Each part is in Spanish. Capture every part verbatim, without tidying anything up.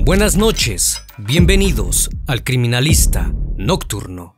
Buenas noches, bienvenidos al Criminalista Nocturno.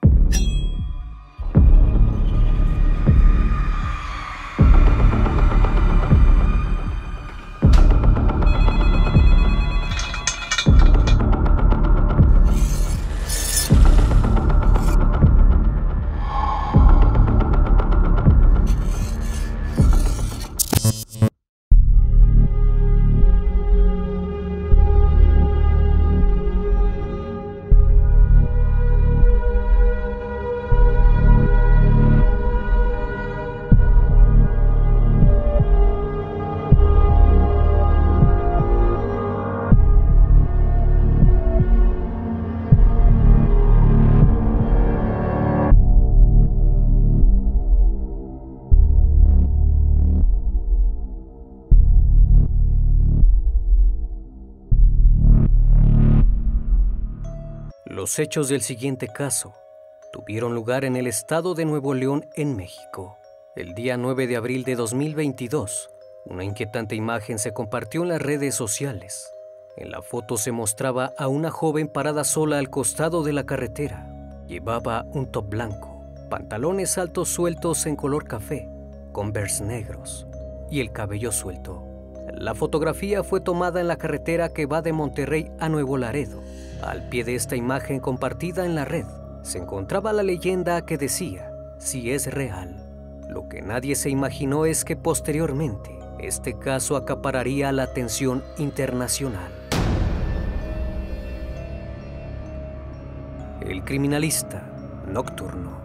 Los hechos del siguiente caso tuvieron lugar en el estado de Nuevo León, en México. El día nueve de abril de dos mil veintidós, una inquietante imagen se compartió en las redes sociales. En la foto se mostraba a una joven parada sola al costado de la carretera. Llevaba un top blanco, pantalones altos sueltos en color café, Converse negros y el cabello suelto. La fotografía fue tomada en la carretera que va de Monterrey a Nuevo Laredo. Al pie de esta imagen compartida en la red, se encontraba la leyenda que decía, si es real. Lo que nadie se imaginó es que posteriormente, este caso acapararía la atención internacional. El Criminalista Nocturno.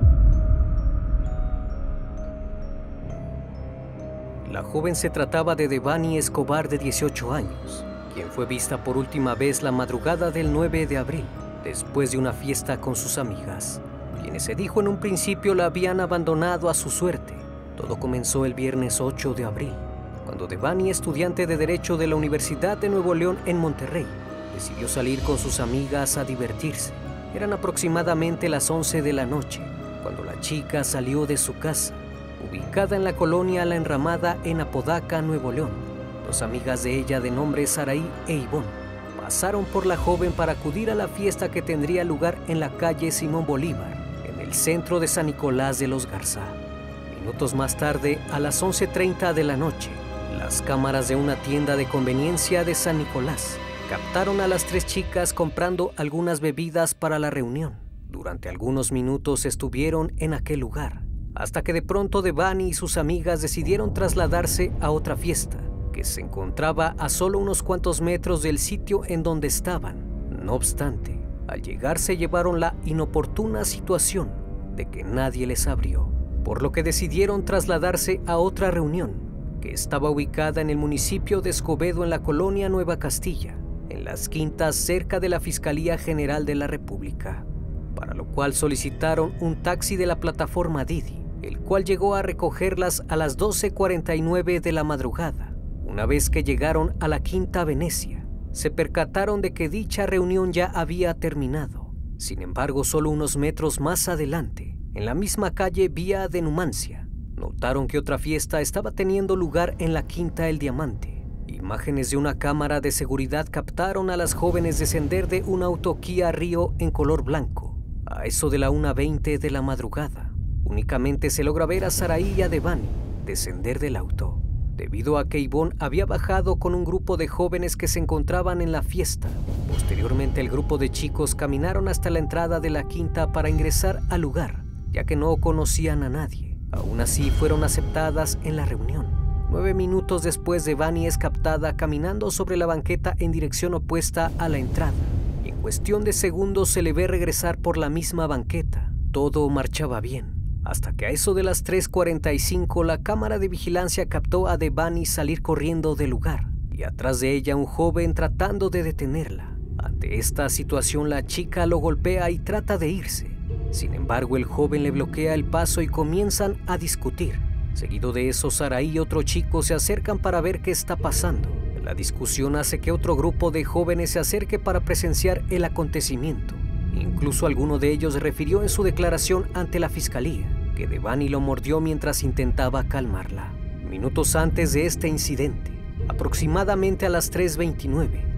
La joven se trataba de Devani Escobar, de dieciocho años, quien fue vista por última vez la madrugada del nueve de abril, después de una fiesta con sus amigas, quienes se dijo en un principio la habían abandonado a su suerte. Todo comenzó el viernes ocho de abril, cuando Devani, estudiante de Derecho de la Universidad de Nuevo León en Monterrey, decidió salir con sus amigas a divertirse. Eran aproximadamente las once de la noche, cuando la chica salió de su casa, ubicada en la colonia La Enramada en Apodaca, Nuevo León. Dos amigas de ella de nombre Saraí e Ivonne pasaron por la joven para acudir a la fiesta que tendría lugar en la calle Simón Bolívar, en el centro de San Nicolás de los Garza. Minutos más tarde, a las once treinta de la noche, las cámaras de una tienda de conveniencia de San Nicolás captaron a las tres chicas comprando algunas bebidas para la reunión. Durante algunos minutos estuvieron en aquel lugar, hasta que de pronto Devani y sus amigas decidieron trasladarse a otra fiesta, que se encontraba a solo unos cuantos metros del sitio en donde estaban. No obstante, al llegar se llevaron la inoportuna situación de que nadie les abrió, por lo que decidieron trasladarse a otra reunión, que estaba ubicada en el municipio de Escobedo, en la colonia Nueva Castilla, en Las Quintas, cerca de la Fiscalía General de la República, para lo cual solicitaron un taxi de la plataforma Didi, el cual llegó a recogerlas a las doce cuarenta y nueve de la madrugada. Una vez que llegaron a la Quinta Venecia, se percataron de que dicha reunión ya había terminado. Sin embargo, solo unos metros más adelante, en la misma calle Vía de Numancia, notaron que otra fiesta estaba teniendo lugar en la Quinta El Diamante. Imágenes de una cámara de seguridad captaron a las jóvenes descender de un auto Kia Rio en color blanco, a eso de la una veinte de la madrugada. Únicamente se logra ver a Saraí y a Devani descender del auto, debido a que Ivonne había bajado con un grupo de jóvenes que se encontraban en la fiesta. Posteriormente, el grupo de chicos caminaron hasta la entrada de la quinta para ingresar al lugar, ya que no conocían a nadie. Aún así, fueron aceptadas en la reunión. Nueve minutos después, Devani es captada caminando sobre la banqueta en dirección opuesta a la entrada, y en cuestión de segundos se le ve regresar por la misma banqueta. Todo marchaba bien, hasta que a eso de las tres cuarenta y cinco la cámara de vigilancia captó a Devani salir corriendo del lugar, y atrás de ella un joven tratando de detenerla. Ante esta situación, la chica lo golpea y trata de irse. Sin embargo, el joven le bloquea el paso y comienzan a discutir. Seguido de eso, Saraí y otro chico se acercan para ver qué está pasando. La discusión hace que otro grupo de jóvenes se acerque para presenciar el acontecimiento. Incluso alguno de ellos refirió en su declaración ante la fiscalía que Devani lo mordió mientras intentaba calmarla. Minutos antes de este incidente, aproximadamente a las tres veintinueve,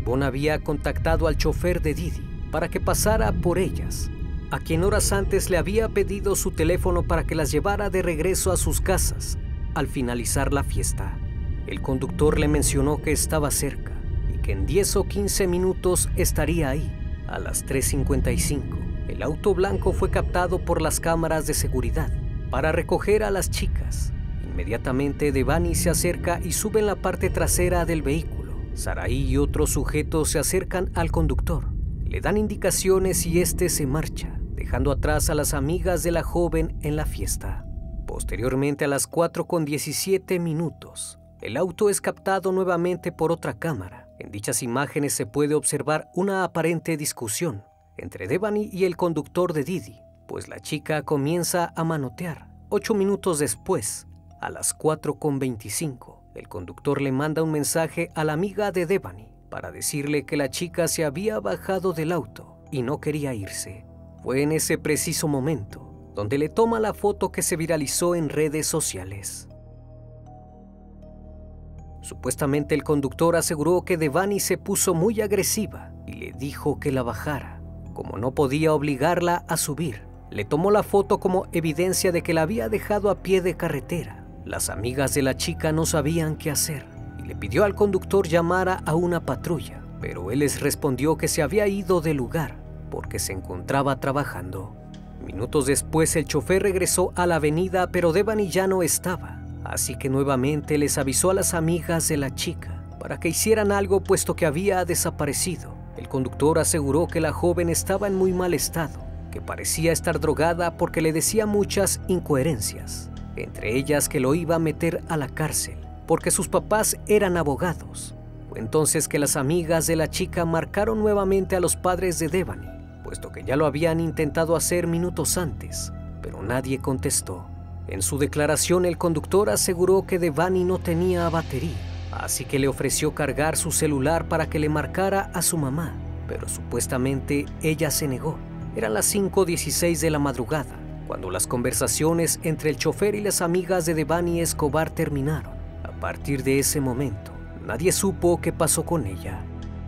Ivonne había contactado al chofer de Didi para que pasara por ellas, a quien horas antes le había pedido su teléfono para que las llevara de regreso a sus casas al finalizar la fiesta. El conductor le mencionó que estaba cerca y que en diez o quince minutos estaría ahí. A las tres cincuenta y cinco, el auto blanco fue captado por las cámaras de seguridad para recoger a las chicas. Inmediatamente Devani se acerca y sube en la parte trasera del vehículo. Saraí y otros sujetos se acercan al conductor, le dan indicaciones y este se marcha, dejando atrás a las amigas de la joven en la fiesta. Posteriormente, a las cuatro con diecisiete minutos, el auto es captado nuevamente por otra cámara. En dichas imágenes se puede observar una aparente discusión entre Devani y el conductor de Didi, pues la chica comienza a manotear. Ocho minutos después, a las cuatro con veinticinco, el conductor le manda un mensaje a la amiga de Devani para decirle que la chica se había bajado del auto y no quería irse. Fue en ese preciso momento donde le toma la foto que se viralizó en redes sociales. Supuestamente el conductor aseguró que Devani se puso muy agresiva y le dijo que la bajara. Como no podía obligarla a subir, le tomó la foto como evidencia de que la había dejado a pie de carretera. Las amigas de la chica no sabían qué hacer y le pidió al conductor llamara a una patrulla, pero él les respondió que se había ido del lugar porque se encontraba trabajando. Minutos después el chofer regresó a la avenida, pero Devani ya no estaba, así que nuevamente les avisó a las amigas de la chica para que hicieran algo puesto que había desaparecido. El conductor aseguró que la joven estaba en muy mal estado, que parecía estar drogada porque le decía muchas incoherencias, entre ellas que lo iba a meter a la cárcel porque sus papás eran abogados. Fue entonces que las amigas de la chica marcaron nuevamente a los padres de Devani, puesto que ya lo habían intentado hacer minutos antes, pero nadie contestó. En su declaración, el conductor aseguró que Devani no tenía batería, así que le ofreció cargar su celular para que le marcara a su mamá, pero supuestamente ella se negó. Eran las cinco dieciséis de la madrugada, cuando las conversaciones entre el chofer y las amigas de Devani Escobar terminaron. A partir de ese momento, nadie supo qué pasó con ella.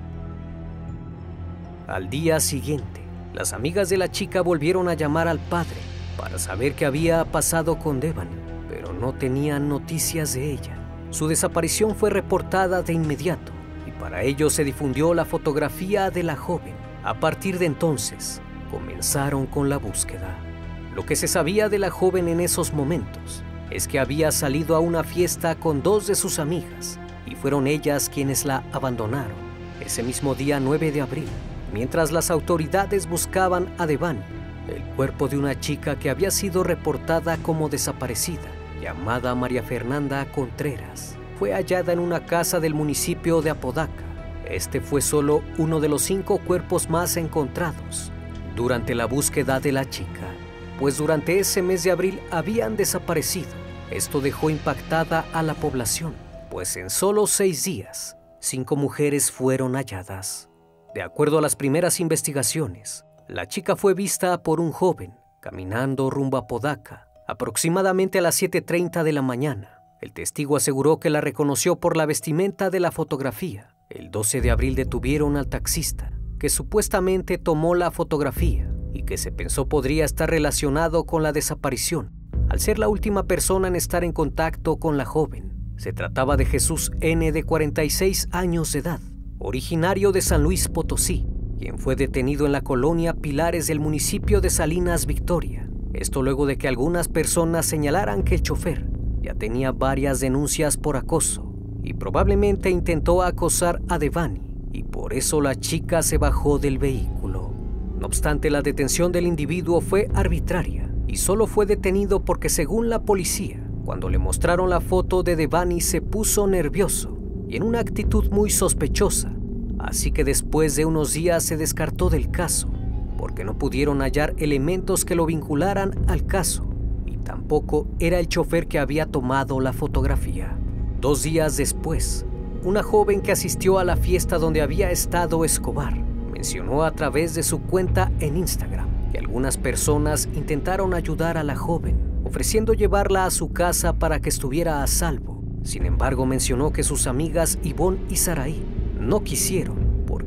Al día siguiente, las amigas de la chica volvieron a llamar al padre para saber qué había pasado con Devani, pero no tenían noticias de ella. Su desaparición fue reportada de inmediato y para ello se difundió la fotografía de la joven. A partir de entonces, comenzaron con la búsqueda. Lo que se sabía de la joven en esos momentos es que había salido a una fiesta con dos de sus amigas y fueron ellas quienes la abandonaron ese mismo día nueve de abril. Mientras las autoridades buscaban a Devani, el cuerpo de una chica que había sido reportada como desaparecida, llamada María Fernanda Contreras, fue hallada en una casa del municipio de Apodaca. Este fue solo uno de los cinco cuerpos más encontrados durante la búsqueda de la chica, pues durante ese mes de abril habían desaparecido. Esto dejó impactada a la población, pues en solo seis días, cinco mujeres fueron halladas. De acuerdo a las primeras investigaciones, la chica fue vista por un joven caminando rumbo a Apodaca aproximadamente a las siete treinta de la mañana. El testigo aseguró que la reconoció por la vestimenta de la fotografía. El doce de abril detuvieron al taxista, que supuestamente tomó la fotografía y que se pensó podría estar relacionado con la desaparición, al ser la última persona en estar en contacto con la joven. Se trataba de Jesús N., de cuarenta y seis años de edad, originario de San Luis Potosí, quien fue detenido en la colonia Pilares del municipio de Salinas, Victoria. Esto luego de que algunas personas señalaran que el chofer ya tenía varias denuncias por acoso y probablemente intentó acosar a Devani, y por eso la chica se bajó del vehículo. No obstante, la detención del individuo fue arbitraria y solo fue detenido porque, según la policía, cuando le mostraron la foto de Devani se puso nervioso y en una actitud muy sospechosa, así que después de unos días se descartó del caso, porque no pudieron hallar elementos que lo vincularan al caso, y tampoco era el chofer que había tomado la fotografía. Dos días después, una joven que asistió a la fiesta donde había estado Escobar mencionó a través de su cuenta en Instagram que algunas personas intentaron ayudar a la joven, ofreciendo llevarla a su casa para que estuviera a salvo. Sin embargo, mencionó que sus amigas Ivonne y Saraí no quisieron, por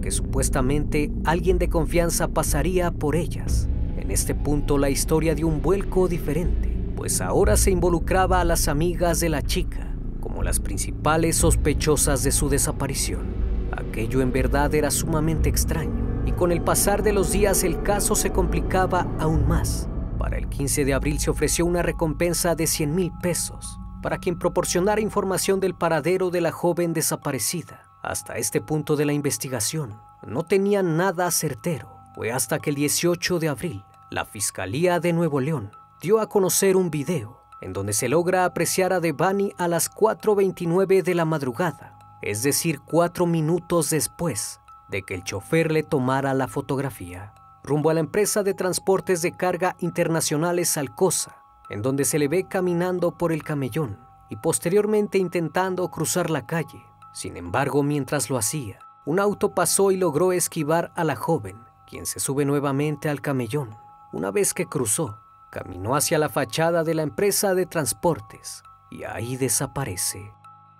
porque supuestamente alguien de confianza pasaría por ellas. En este punto la historia dio un vuelco diferente, pues ahora se involucraba a las amigas de la chica como las principales sospechosas de su desaparición. Aquello en verdad era sumamente extraño, y con el pasar de los días el caso se complicaba aún más. Para el quince de abril se ofreció una recompensa de cien mil pesos para quien proporcionara información del paradero de la joven desaparecida. Hasta este punto de la investigación no tenían nada certero. Fue hasta que el dieciocho de abril la Fiscalía de Nuevo León dio a conocer un video en donde se logra apreciar a Devani a las cuatro veintinueve de la madrugada, es decir, cuatro minutos después de que el chofer le tomara la fotografía, rumbo a la empresa de transportes de carga internacionales Alcosa, en donde se le ve caminando por el camellón y posteriormente intentando cruzar la calle. Sin embargo, mientras lo hacía, un auto pasó y logró esquivar a la joven, quien se sube nuevamente al camellón. Una vez que cruzó, caminó hacia la fachada de la empresa de transportes y ahí desaparece.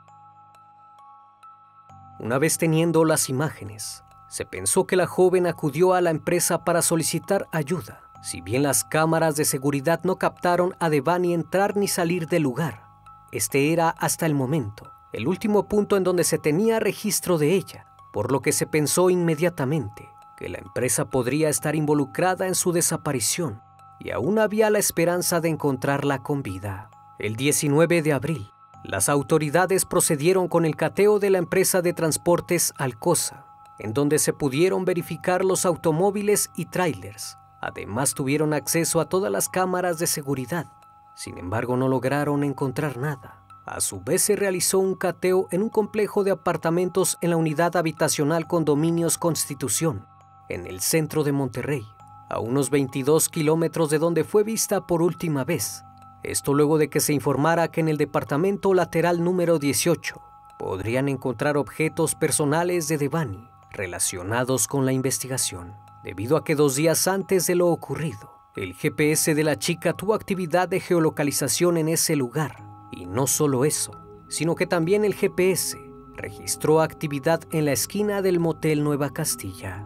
Una vez teniendo las imágenes, se pensó que la joven acudió a la empresa para solicitar ayuda. Si bien las cámaras de seguridad no captaron a Devani entrar ni salir del lugar, este era hasta el momento el último punto en donde se tenía registro de ella, por lo que se pensó inmediatamente que la empresa podría estar involucrada en su desaparición y aún había la esperanza de encontrarla con vida. El diecinueve de abril, las autoridades procedieron con el cateo de la empresa de transportes Alcosa, en donde se pudieron verificar los automóviles y tráilers. Además, tuvieron acceso a todas las cámaras de seguridad. Sin embargo, no lograron encontrar nada. A su vez, se realizó un cateo en un complejo de apartamentos en la unidad habitacional Condominios Constitución, en el centro de Monterrey, a unos veintidós kilómetros de donde fue vista por última vez. Esto luego de que se informara que en el departamento lateral número dieciocho podrían encontrar objetos personales de Devani relacionados con la investigación, debido a que dos días antes de lo ocurrido, el G P S de la chica tuvo actividad de geolocalización en ese lugar. Y no solo eso, sino que también el G P S registró actividad en la esquina del motel Nueva Castilla.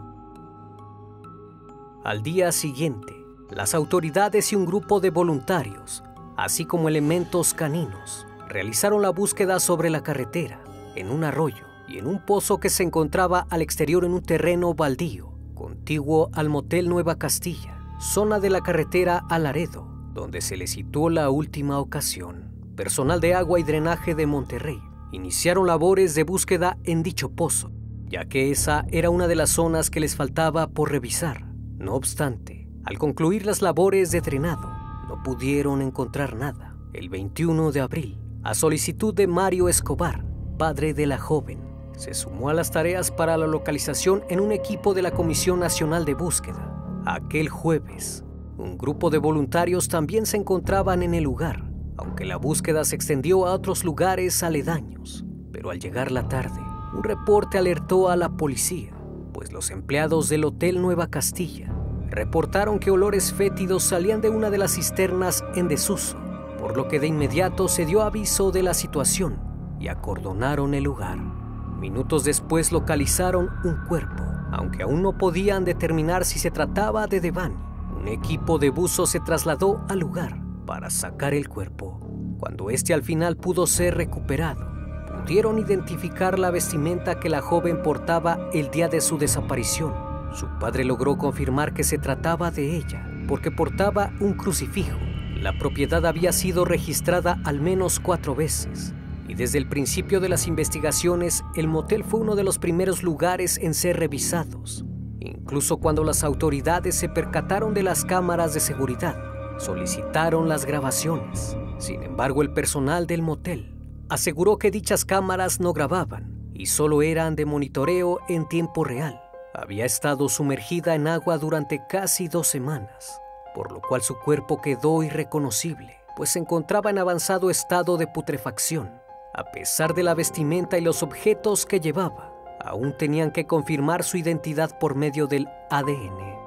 Al día siguiente, las autoridades y un grupo de voluntarios, así como elementos caninos, realizaron la búsqueda sobre la carretera, en un arroyo y en un pozo que se encontraba al exterior en un terreno baldío, contiguo al motel Nueva Castilla, zona de la carretera a Laredo, donde se le citó la última ocasión. Personal de agua y drenaje de Monterrey iniciaron labores de búsqueda en dicho pozo, ya que esa era una de las zonas que les faltaba por revisar. No obstante, al concluir las labores de drenado, no pudieron encontrar nada. El veintiuno de abril, a solicitud de Mario Escobar, padre de la joven, se sumó a las tareas para la localización en un equipo de la Comisión Nacional de Búsqueda. Aquel jueves, un grupo de voluntarios también se encontraban en el lugar, aunque la búsqueda se extendió a otros lugares aledaños. Pero al llegar la tarde, un reporte alertó a la policía, pues los empleados del Hotel Nueva Castilla reportaron que olores fétidos salían de una de las cisternas en desuso, por lo que de inmediato se dio aviso de la situación y acordonaron el lugar. Minutos después localizaron un cuerpo, aunque aún no podían determinar si se trataba de Devani. Un equipo de buzos se trasladó al lugar para sacar el cuerpo. Cuando este al final pudo ser recuperado, pudieron identificar la vestimenta que la joven portaba el día de su desaparición. Su padre logró confirmar que se trataba de ella, porque portaba un crucifijo. La propiedad había sido registrada al menos cuatro veces, y desde el principio de las investigaciones, el motel fue uno de los primeros lugares en ser revisados. Incluso cuando las autoridades se percataron de las cámaras de seguridad, solicitaron las grabaciones. Sin embargo, el personal del motel aseguró que dichas cámaras no grababan y solo eran de monitoreo en tiempo real. Había estado sumergida en agua durante casi dos semanas, por lo cual su cuerpo quedó irreconocible, pues se encontraba en avanzado estado de putrefacción. A pesar de la vestimenta y los objetos que llevaba, aún tenían que confirmar su identidad por medio del A D N.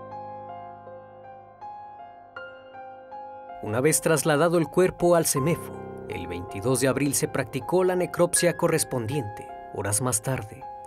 Una vez trasladado el cuerpo al CEMEFO, el veintidós de abril se practicó la necropsia correspondiente. Horas más tarde,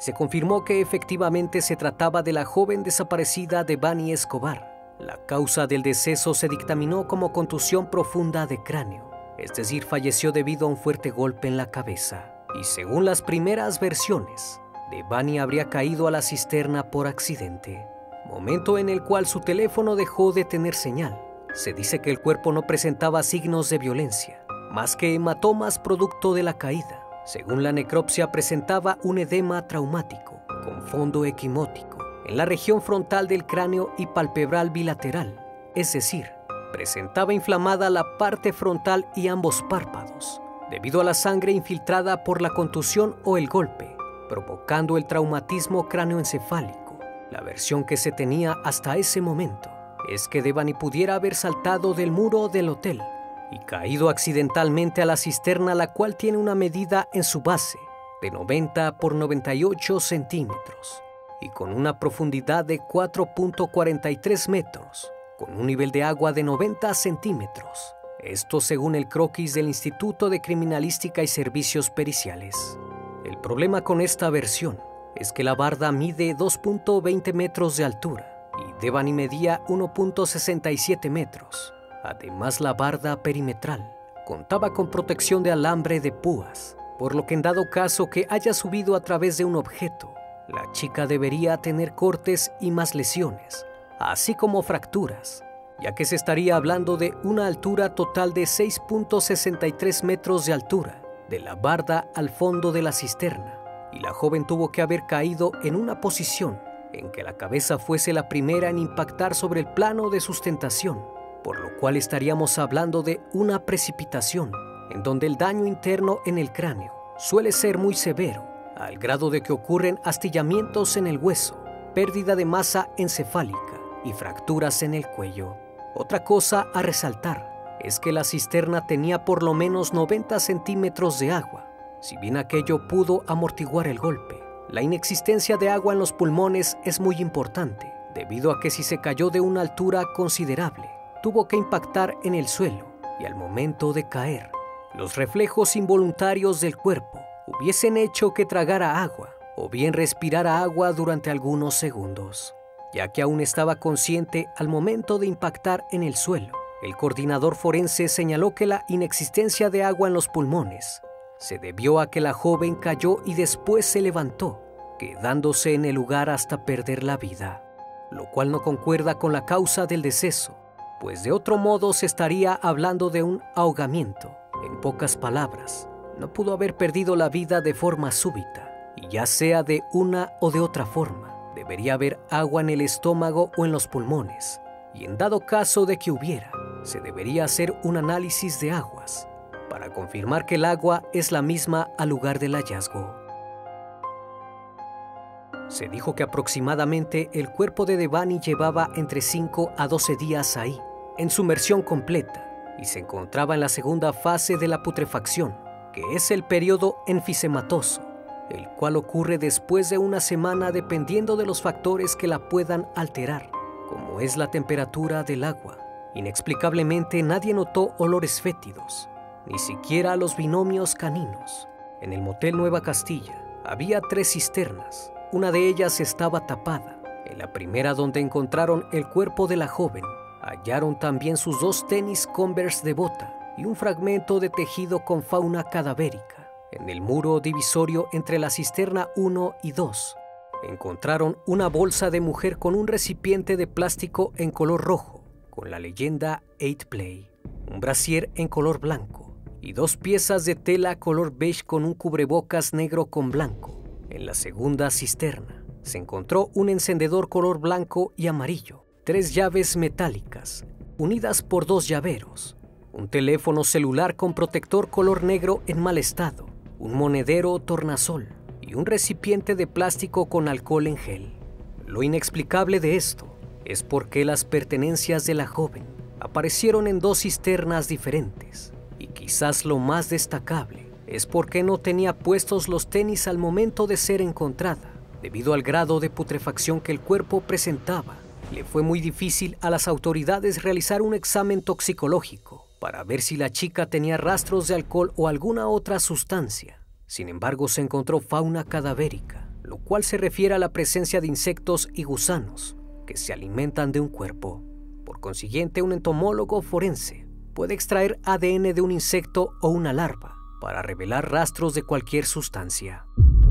se confirmó que efectivamente se trataba de la joven desaparecida Devani Escobar. La causa del deceso se dictaminó como contusión profunda de cráneo, es decir, falleció debido a un fuerte golpe en la cabeza. Y según las primeras versiones, Devani habría caído a la cisterna por accidente, momento en el cual su teléfono dejó de tener señal. Se dice que el cuerpo no presentaba signos de violencia, más que hematomas producto de la caída. Según la necropsia, presentaba un edema traumático con fondo equimótico en la región frontal del cráneo y palpebral bilateral, es decir, presentaba inflamada la parte frontal y ambos párpados, debido a la sangre infiltrada por la contusión o el golpe, provocando el traumatismo cráneoencefálico. La versión que se tenía hasta ese momento es que Devani pudiera haber saltado del muro del hotel y caído accidentalmente a la cisterna, la cual tiene una medida en su base de noventa por noventa y ocho centímetros y con una profundidad de cuatro punto cuarenta y tres metros, con un nivel de agua de noventa centímetros. Esto según el croquis del Instituto de Criminalística y Servicios Periciales. El problema con esta versión es que la barda mide dos punto veinte metros de altura y Devani medía uno punto sesenta y siete metros. Además, la barda perimetral contaba con protección de alambre de púas, por lo que en dado caso que haya subido a través de un objeto, la chica debería tener cortes y más lesiones, así como fracturas, ya que se estaría hablando de una altura total de seis punto sesenta y tres metros de altura, de la barda al fondo de la cisterna, y la joven tuvo que haber caído en una posición en que la cabeza fuese la primera en impactar sobre el plano de sustentación, por lo cual estaríamos hablando de una precipitación, en donde el daño interno en el cráneo suele ser muy severo, al grado de que ocurren astillamientos en el hueso, pérdida de masa encefálica y fracturas en el cuello. Otra cosa a resaltar es que la cisterna tenía por lo menos noventa centímetros de agua. Si bien aquello pudo amortiguar el golpe, la inexistencia de agua en los pulmones es muy importante, debido a que si se cayó de una altura considerable, tuvo que impactar en el suelo y al momento de caer, los reflejos involuntarios del cuerpo hubiesen hecho que tragara agua o bien respirara agua durante algunos segundos, ya que aún estaba consciente al momento de impactar en el suelo. El coordinador forense señaló que la inexistencia de agua en los pulmones se debió a que la joven cayó y después se levantó, quedándose en el lugar hasta perder la vida, lo cual no concuerda con la causa del deceso, pues de otro modo se estaría hablando de un ahogamiento. En pocas palabras, no pudo haber perdido la vida de forma súbita, y ya sea de una o de otra forma, debería haber agua en el estómago o en los pulmones, y en dado caso de que hubiera, se debería hacer un análisis de aguas para confirmar que el agua es la misma al lugar del hallazgo. Se dijo que aproximadamente el cuerpo de Devani llevaba entre cinco a doce días ahí, en sumersión completa, y se encontraba en la segunda fase de la putrefacción, que es el periodo enfisematoso, el cual ocurre después de una semana dependiendo de los factores que la puedan alterar, como es la temperatura del agua. Inexplicablemente nadie notó olores fétidos, ni siquiera los binomios caninos. En el motel Nueva Castilla había tres cisternas, una de ellas estaba tapada. En la primera, donde encontraron el cuerpo de la joven, hallaron también sus dos tenis Converse de bota y un fragmento de tejido con fauna cadavérica. En el muro divisorio entre la cisterna uno y dos, encontraron una bolsa de mujer con un recipiente de plástico en color rojo, con la leyenda Eight Play, un brasier en color blanco y dos piezas de tela color beige con un cubrebocas negro con blanco. En la segunda cisterna se encontró un encendedor color blanco y amarillo, tres llaves metálicas unidas por dos llaveros, un teléfono celular con protector color negro en mal estado, un monedero tornasol y un recipiente de plástico con alcohol en gel. Lo inexplicable de esto es por qué las pertenencias de la joven aparecieron en dos cisternas diferentes, y quizás lo más destacable es por qué no tenía puestos los tenis al momento de ser encontrada. Debido al grado de putrefacción que el cuerpo presentaba, le fue muy difícil a las autoridades realizar un examen toxicológico para ver si la chica tenía rastros de alcohol o alguna otra sustancia. Sin embargo, se encontró fauna cadavérica lo cual se refiere a la presencia de insectos y gusanos que se alimentan de un cuerpo. Por consiguiente, un entomólogo forense puede extraer A D N de un insecto o una larva para revelar rastros de cualquier sustancia.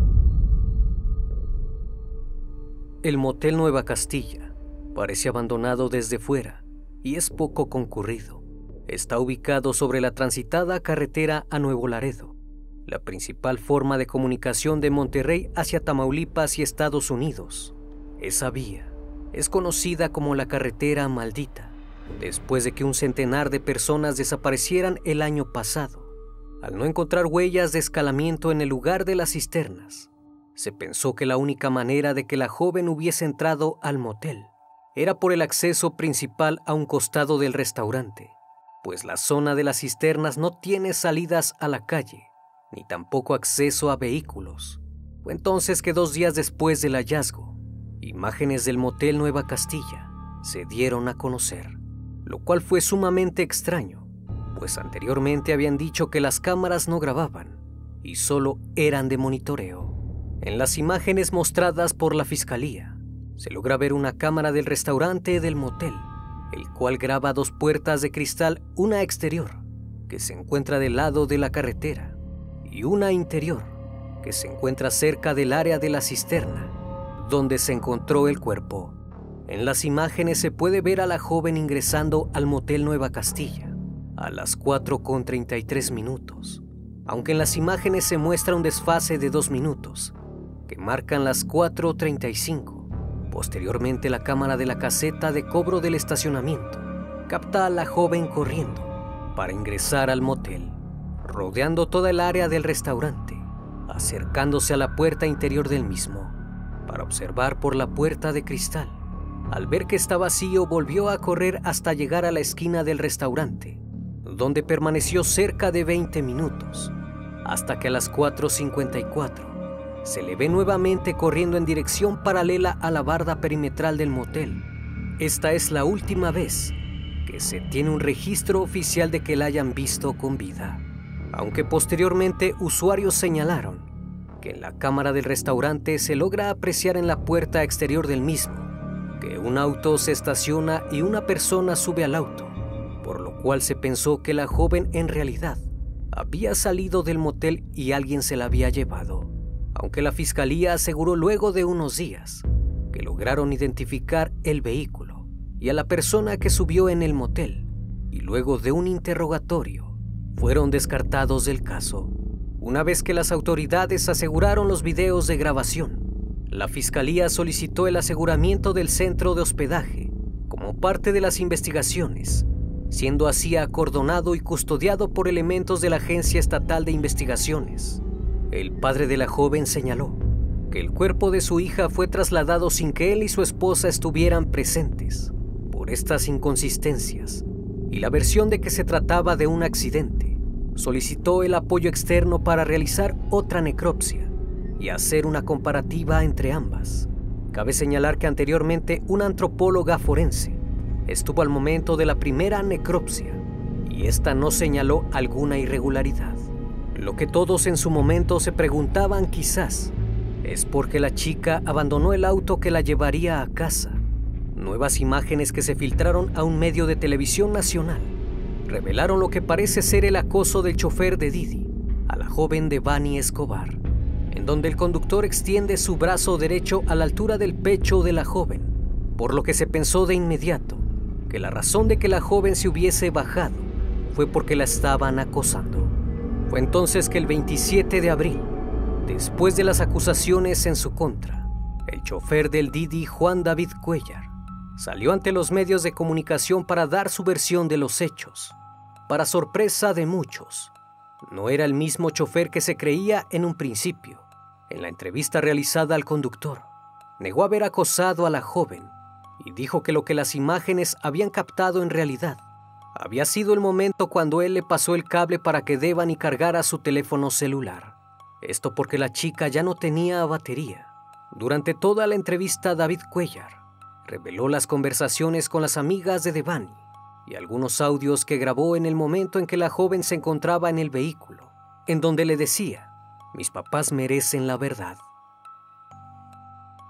El Motel Nueva Castilla parece abandonado desde fuera y es poco concurrido. Está ubicado sobre la transitada carretera a Nuevo Laredo, la principal forma de comunicación de Monterrey hacia Tamaulipas y Estados Unidos. Esa vía es conocida como la carretera maldita, después de que un centenar de personas desaparecieran el año pasado. Al no encontrar huellas de escalamiento en el lugar de las cisternas, se pensó que la única manera de que la joven hubiese entrado al motel era por el acceso principal a un costado del restaurante, pues la zona de las cisternas no tiene salidas a la calle, ni tampoco acceso a vehículos. Fue entonces que dos días después del hallazgo, imágenes del Motel Nueva Castilla se dieron a conocer, lo cual fue sumamente extraño, pues anteriormente habían dicho que las cámaras no grababan y solo eran de monitoreo. En las imágenes mostradas por la fiscalía, se logra ver una cámara del restaurante del motel, el cual graba dos puertas de cristal, una exterior, que se encuentra del lado de la carretera, y una interior, que se encuentra cerca del área de la cisterna, donde se encontró el cuerpo. En las imágenes se puede ver a la joven ingresando al Motel Nueva Castilla a las cuatro con treinta y tres minutos, aunque en las imágenes se muestra un desfase de dos minutos, que marcan las cuatro treinta y cinco. Posteriormente, la cámara de la caseta de cobro del estacionamiento capta a la joven corriendo para ingresar al motel, rodeando toda el área del restaurante, acercándose a la puerta interior del mismo para observar por la puerta de cristal. Al ver que está vacío, volvió a correr hasta llegar a la esquina del restaurante, donde permaneció cerca de veinte minutos, hasta que a las cuatro cincuenta y cuatro se le ve nuevamente corriendo en dirección paralela a la barda perimetral del motel. Esta es la última vez que se tiene un registro oficial de que la hayan visto con vida, aunque posteriormente usuarios señalaron que en la cámara del restaurante se logra apreciar en la puerta exterior del mismo que un auto se estaciona y una persona sube al auto, por lo cual se pensó que la joven en realidad había salido del motel y alguien se la había llevado, aunque la fiscalía aseguró luego de unos días que lograron identificar el vehículo y a la persona que subió en el motel, y luego de un interrogatorio fueron descartados del caso. Una vez que las autoridades aseguraron los videos de grabación, la fiscalía solicitó el aseguramiento del centro de hospedaje como parte de las investigaciones, siendo así acordonado y custodiado por elementos de la Agencia Estatal de Investigaciones. El padre de la joven señaló que el cuerpo de su hija fue trasladado sin que él y su esposa estuvieran presentes. Por estas inconsistencias y la versión de que se trataba de un accidente, solicitó el apoyo externo para realizar otra necropsia y hacer una comparativa entre ambas. Cabe señalar que anteriormente una antropóloga forense estuvo al momento de la primera necropsia y esta no señaló alguna irregularidad. Lo que todos en su momento se preguntaban quizás es por qué la chica abandonó el auto que la llevaría a casa. Nuevas imágenes que se filtraron a un medio de televisión nacional revelaron lo que parece ser el acoso del chofer de Didi a la joven Devani Escobar, en donde el conductor extiende su brazo derecho a la altura del pecho de la joven, por lo que se pensó de inmediato que la razón de que la joven se hubiese bajado fue porque la estaban acosando. Fue entonces que el veintisiete de abril, después de las acusaciones en su contra, el chofer del Didi, Juan David Cuellar, salió ante los medios de comunicación para dar su versión de los hechos. Para sorpresa de muchos, no era el mismo chofer que se creía en un principio. En la entrevista realizada al conductor, negó haber acosado a la joven y dijo que lo que las imágenes habían captado en realidad había sido el momento cuando él le pasó el cable para que Devani cargara su teléfono celular. Esto porque la chica ya no tenía batería. Durante toda la entrevista, David Cuellar reveló las conversaciones con las amigas de Devani y algunos audios que grabó en el momento en que la joven se encontraba en el vehículo, en donde le decía: «Mis papás merecen la verdad».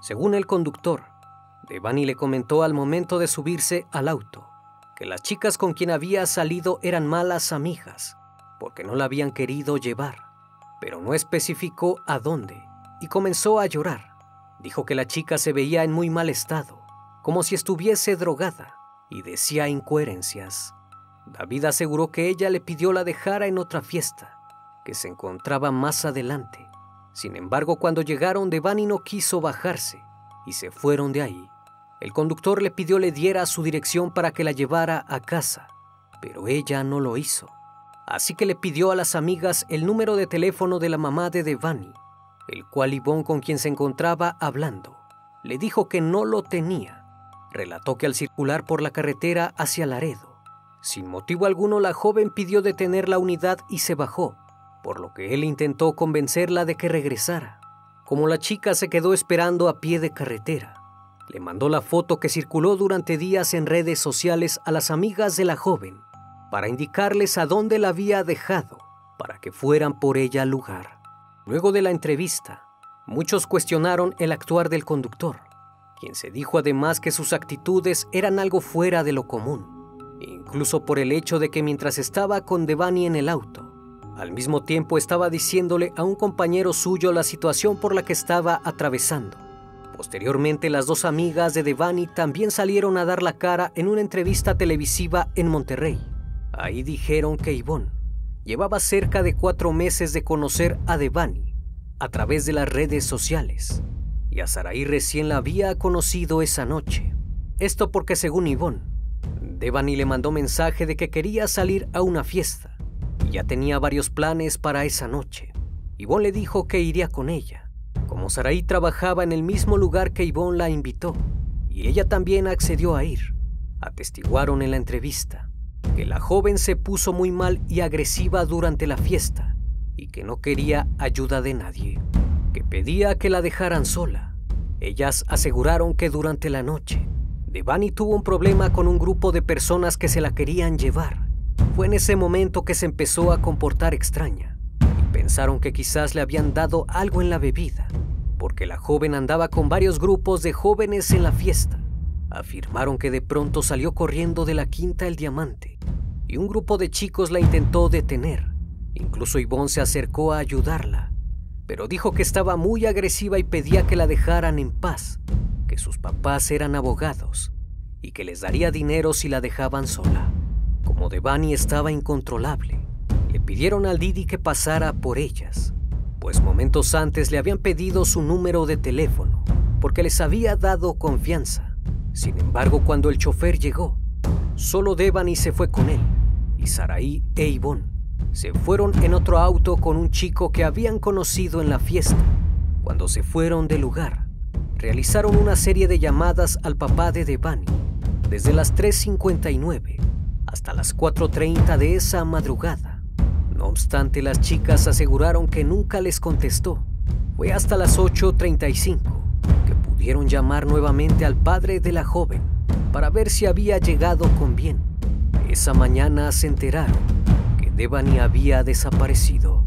Según el conductor, Devani le comentó al momento de subirse al auto que las chicas con quien había salido eran malas amigas porque no la habían querido llevar, pero no especificó a dónde y comenzó a llorar. Dijo que la chica se veía en muy mal estado, como si estuviese drogada, y decía incoherencias. David aseguró que ella le pidió la dejara en otra fiesta, que se encontraba más adelante. Sin embargo, cuando llegaron, Devani no quiso bajarse y se fueron de ahí. El conductor le pidió le diera su dirección para que la llevara a casa, pero ella no lo hizo. Así que le pidió a las amigas el número de teléfono de la mamá de Devani, el cual Ivonne, con quien se encontraba hablando, le dijo que no lo tenía. Relató que al circular por la carretera hacia Laredo, sin motivo alguno, la joven pidió detener la unidad y se bajó, por lo que él intentó convencerla de que regresara. Como la chica se quedó esperando a pie de carretera, le mandó la foto que circuló durante días en redes sociales a las amigas de la joven para indicarles a dónde la había dejado para que fueran por ella al lugar. Luego de la entrevista, muchos cuestionaron el actuar del conductor, quien se dijo además que sus actitudes eran algo fuera de lo común, incluso por el hecho de que mientras estaba con Devani en el auto, al mismo tiempo estaba diciéndole a un compañero suyo la situación por la que estaba atravesando. Posteriormente, las dos amigas de Devani también salieron a dar la cara en una entrevista televisiva en Monterrey. Ahí dijeron que Ivonne llevaba cerca de cuatro meses de conocer a Devani a través de las redes sociales y a Saraí recién la había conocido esa noche. Esto porque, según Ivonne, Devani le mandó mensaje de que quería salir a una fiesta y ya tenía varios planes para esa noche. Ivonne le dijo que iría con ella. Como Saraí trabajaba en el mismo lugar que Ivonne la invitó y ella también accedió a ir, atestiguaron en la entrevista que la joven se puso muy mal y agresiva durante la fiesta y que no quería ayuda de nadie, que pedía que la dejaran sola. Ellas aseguraron que durante la noche Devani tuvo un problema con un grupo de personas que se la querían llevar. Fue en ese momento que se empezó a comportar extraña y pensaron que quizás le habían dado algo en la bebida, porque la joven andaba con varios grupos de jóvenes en la fiesta. Afirmaron que de pronto salió corriendo de la Quinta El Diamante y un grupo de chicos la intentó detener. Incluso Ivonne se acercó a ayudarla, pero dijo que estaba muy agresiva y pedía que la dejaran en paz, que sus papás eran abogados y que les daría dinero si la dejaban sola. Como Devani estaba incontrolable, le pidieron al Didi que pasara por ellas, pues momentos antes le habían pedido su número de teléfono porque les había dado confianza. Sin embargo, cuando el chofer llegó, solo Devani se fue con él y Saraí e Ivonne se fueron en otro auto con un chico que habían conocido en la fiesta. Cuando se fueron del lugar, realizaron una serie de llamadas al papá de Devani desde las tres cincuenta y nueve hasta las cuatro treinta de esa madrugada. No obstante, las chicas aseguraron que nunca les contestó. Fue hasta las ocho treinta y cinco que pudieron llamar nuevamente al padre de la joven para ver si había llegado con bien. Esa mañana se enteraron que Devani había desaparecido.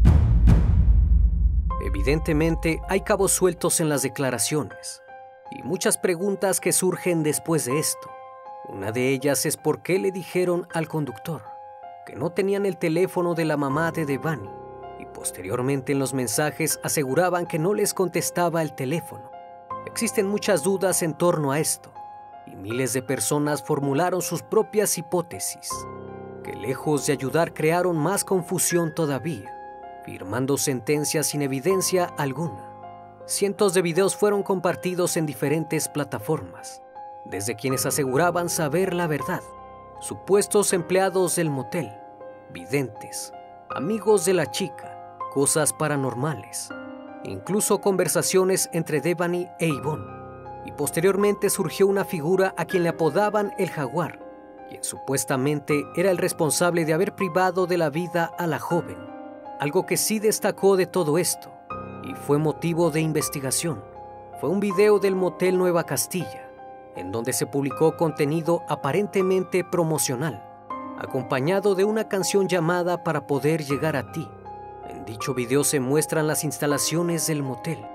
Evidentemente, hay cabos sueltos en las declaraciones y muchas preguntas que surgen después de esto. Una de ellas es por qué le dijeron al conductor que no tenían el teléfono de la mamá de Devani y posteriormente en los mensajes aseguraban que no les contestaba el teléfono. Existen muchas dudas en torno a esto y miles de personas formularon sus propias hipótesis, que lejos de ayudar crearon más confusión todavía, firmando sentencias sin evidencia alguna. Cientos de videos fueron compartidos en diferentes plataformas, desde quienes aseguraban saber la verdad, supuestos empleados del motel, videntes, amigos de la chica, cosas paranormales, incluso conversaciones entre Devani e Ivonne. Y posteriormente surgió una figura a quien le apodaban el Jaguar, quien supuestamente era el responsable de haber privado de la vida a la joven. Algo que sí destacó de todo esto, y fue motivo de investigación, fue un video del motel Nueva Castilla, en donde se publicó contenido aparentemente promocional, acompañado de una canción llamada Para Poder Llegar a Ti. En dicho video se muestran las instalaciones del motel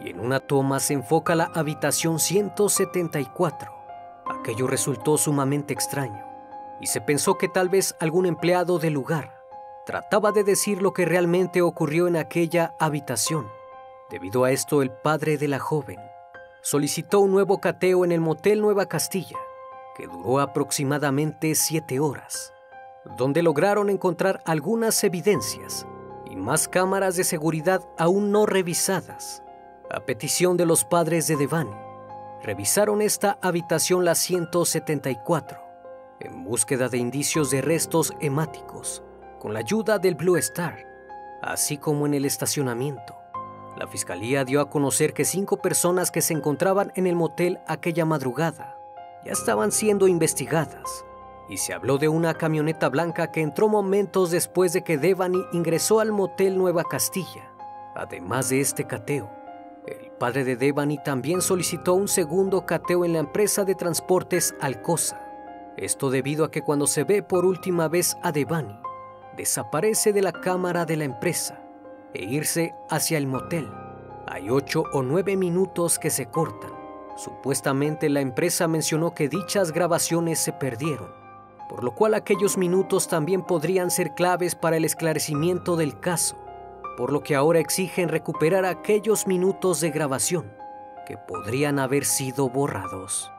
y en una toma se enfoca la habitación ciento setenta y cuatro. Aquello resultó sumamente extraño y se pensó que tal vez algún empleado del lugar trataba de decir lo que realmente ocurrió en aquella habitación. Debido a esto, el padre de la joven solicitó un nuevo cateo en el motel Nueva Castilla, que duró aproximadamente siete horas, donde lograron encontrar algunas evidencias y más cámaras de seguridad aún no revisadas. A petición de los padres de Devani, revisaron esta habitación, la ciento setenta y cuatro, en búsqueda de indicios de restos hemáticos, con la ayuda del Blue Star, así como en el estacionamiento. La fiscalía dio a conocer que cinco personas que se encontraban en el motel aquella madrugada ya estaban siendo investigadas, y se habló de una camioneta blanca que entró momentos después de que Devani ingresó al motel Nueva Castilla. Además de este cateo, el padre de Devani también solicitó un segundo cateo en la empresa de transportes Alcosa. Esto debido a que cuando se ve por última vez a Devani, desaparece de la cámara de la empresa e irse hacia el motel. Hay ocho o nueve minutos que se cortan. Supuestamente la empresa mencionó que dichas grabaciones se perdieron, por lo cual aquellos minutos también podrían ser claves para el esclarecimiento del caso, por lo que ahora exigen recuperar aquellos minutos de grabación que podrían haber sido borrados.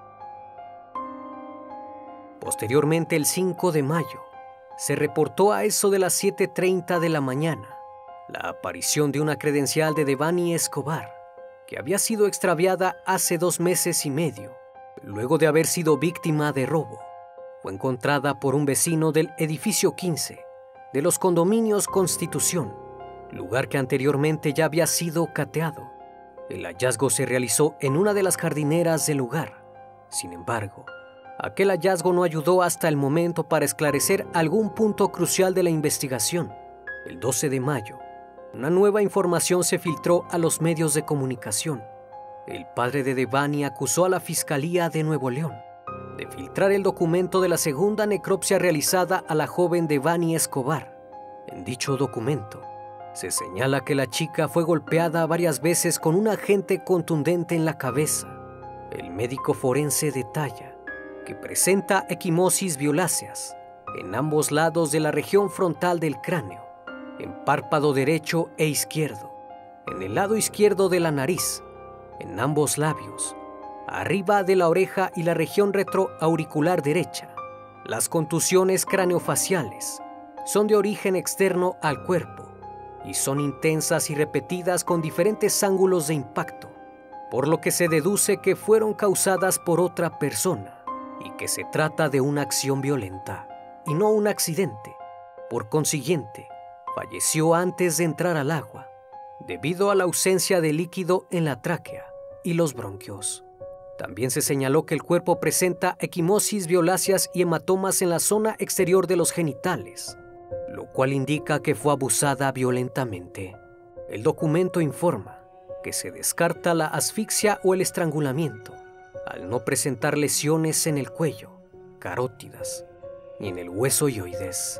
Posteriormente, el cinco de mayo, se reportó a eso de las siete treinta de la mañana la aparición de una credencial de Devani Escobar, que había sido extraviada hace dos meses y medio, luego de haber sido víctima de robo. Fue encontrada por un vecino del edificio quince de los condominios Constitución, lugar que anteriormente ya había sido cateado. El hallazgo se realizó en una de las jardineras del lugar. Sin embargo, aquel hallazgo no ayudó hasta el momento para esclarecer algún punto crucial de la investigación. El doce de mayo, una nueva información se filtró a los medios de comunicación. El padre de Devani acusó a la Fiscalía de Nuevo León de filtrar el documento de la segunda necropsia realizada a la joven Devani Escobar. En dicho documento, se señala que la chica fue golpeada varias veces con un agente contundente en la cabeza. El médico forense detalla que presenta equimosis violáceas en ambos lados de la región frontal del cráneo, en párpado derecho e izquierdo, en el lado izquierdo de la nariz, en ambos labios, arriba de la oreja y la región retroauricular derecha. Las contusiones craneofaciales son de origen externo al cuerpo y son intensas y repetidas con diferentes ángulos de impacto, por lo que se deduce que fueron causadas por otra persona y que se trata de una acción violenta y no un accidente. Por consiguiente, falleció antes de entrar al agua, debido a la ausencia de líquido en la tráquea y los bronquios. También se señaló que el cuerpo presenta equimosis violáceas y hematomas en la zona exterior de los genitales, lo cual indica que fue abusada violentamente. El documento informa que se descarta la asfixia o el estrangulamiento, al no presentar lesiones en el cuello, carótidas, ni en el hueso ioides.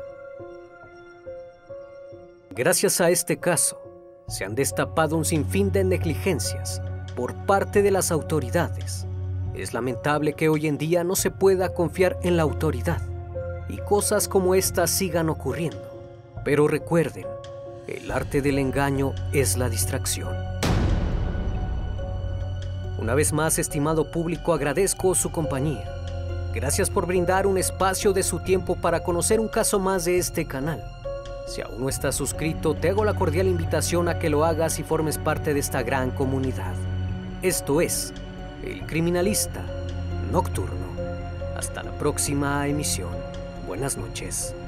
Gracias a este caso, se han destapado un sinfín de negligencias por parte de las autoridades. Es lamentable que hoy en día no se pueda confiar en la autoridad y cosas como estas sigan ocurriendo. Pero recuerden, el arte del engaño es la distracción. Una vez más, estimado público, agradezco su compañía. Gracias por brindar un espacio de su tiempo para conocer un caso más de este canal. Si aún no estás suscrito, te hago la cordial invitación a que lo hagas y formes parte de esta gran comunidad. Esto es El Criminalista Nocturno. Hasta la próxima emisión. Buenas noches.